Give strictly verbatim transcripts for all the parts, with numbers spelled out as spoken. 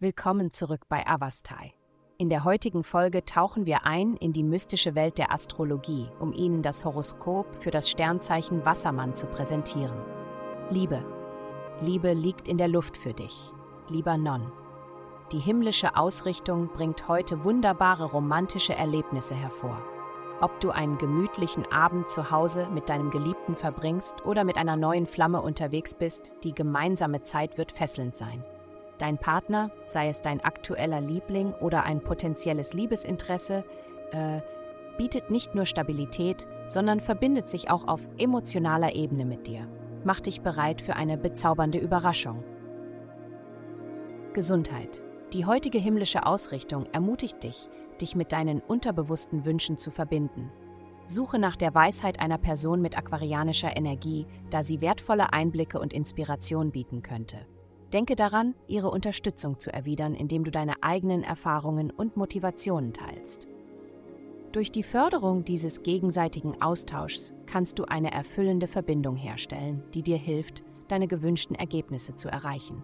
Willkommen zurück bei Avastai. In der heutigen Folge tauchen wir ein in die mystische Welt der Astrologie, um Ihnen das Horoskop für das Sternzeichen Wassermann zu präsentieren. Liebe. Liebe liegt in der Luft für dich, lieber Non. Die himmlische Ausrichtung bringt heute wunderbare romantische Erlebnisse hervor. Ob du einen gemütlichen Abend zu Hause mit deinem Geliebten verbringst oder mit einer neuen Flamme unterwegs bist, die gemeinsame Zeit wird fesselnd sein. Dein Partner, sei es dein aktueller Liebling oder ein potenzielles Liebesinteresse, äh, bietet nicht nur Stabilität, sondern verbindet sich auch auf emotionaler Ebene mit dir. Mach dich bereit für eine bezaubernde Überraschung. Gesundheit. Die heutige himmlische Ausrichtung ermutigt dich, dich mit deinen unterbewussten Wünschen zu verbinden. Suche nach der Weisheit einer Person mit aquarianischer Energie, da sie wertvolle Einblicke und Inspiration bieten könnte. Denke daran, ihre Unterstützung zu erwidern, indem du deine eigenen Erfahrungen und Motivationen teilst. Durch die Förderung dieses gegenseitigen Austauschs kannst du eine erfüllende Verbindung herstellen, die dir hilft, deine gewünschten Ergebnisse zu erreichen.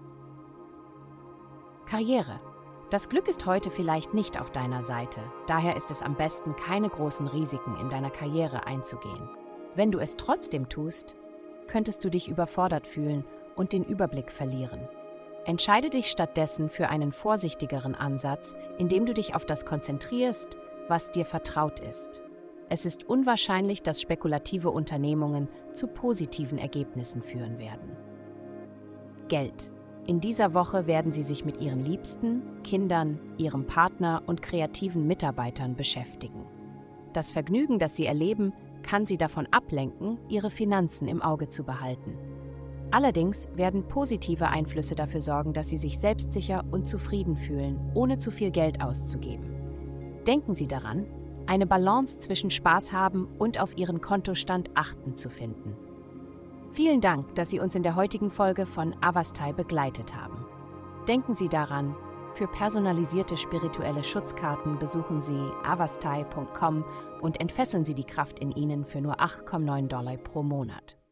Karriere. Das Glück ist heute vielleicht nicht auf deiner Seite, daher ist es am besten, keine großen Risiken in deiner Karriere einzugehen. Wenn du es trotzdem tust, könntest du dich überfordert fühlen und den Überblick verlieren. Entscheide dich stattdessen für einen vorsichtigeren Ansatz, indem du dich auf das konzentrierst, was dir vertraut ist. Es ist unwahrscheinlich, dass spekulative Unternehmungen zu positiven Ergebnissen führen werden. Geld. In dieser Woche werden Sie sich mit Ihren Liebsten, Kindern, Ihrem Partner und kreativen Mitarbeitern beschäftigen. Das Vergnügen, das Sie erleben, kann Sie davon ablenken, Ihre Finanzen im Auge zu behalten. Allerdings werden positive Einflüsse dafür sorgen, dass Sie sich selbstsicher und zufrieden fühlen, ohne zu viel Geld auszugeben. Denken Sie daran, eine Balance zwischen Spaß haben und auf Ihren Kontostand achten zu finden. Vielen Dank, dass Sie uns in der heutigen Folge von Avastai begleitet haben. Denken Sie daran, für personalisierte spirituelle Schutzkarten besuchen Sie avastai punkt com und entfesseln Sie die Kraft in Ihnen für nur acht Komma neun Dollar pro Monat.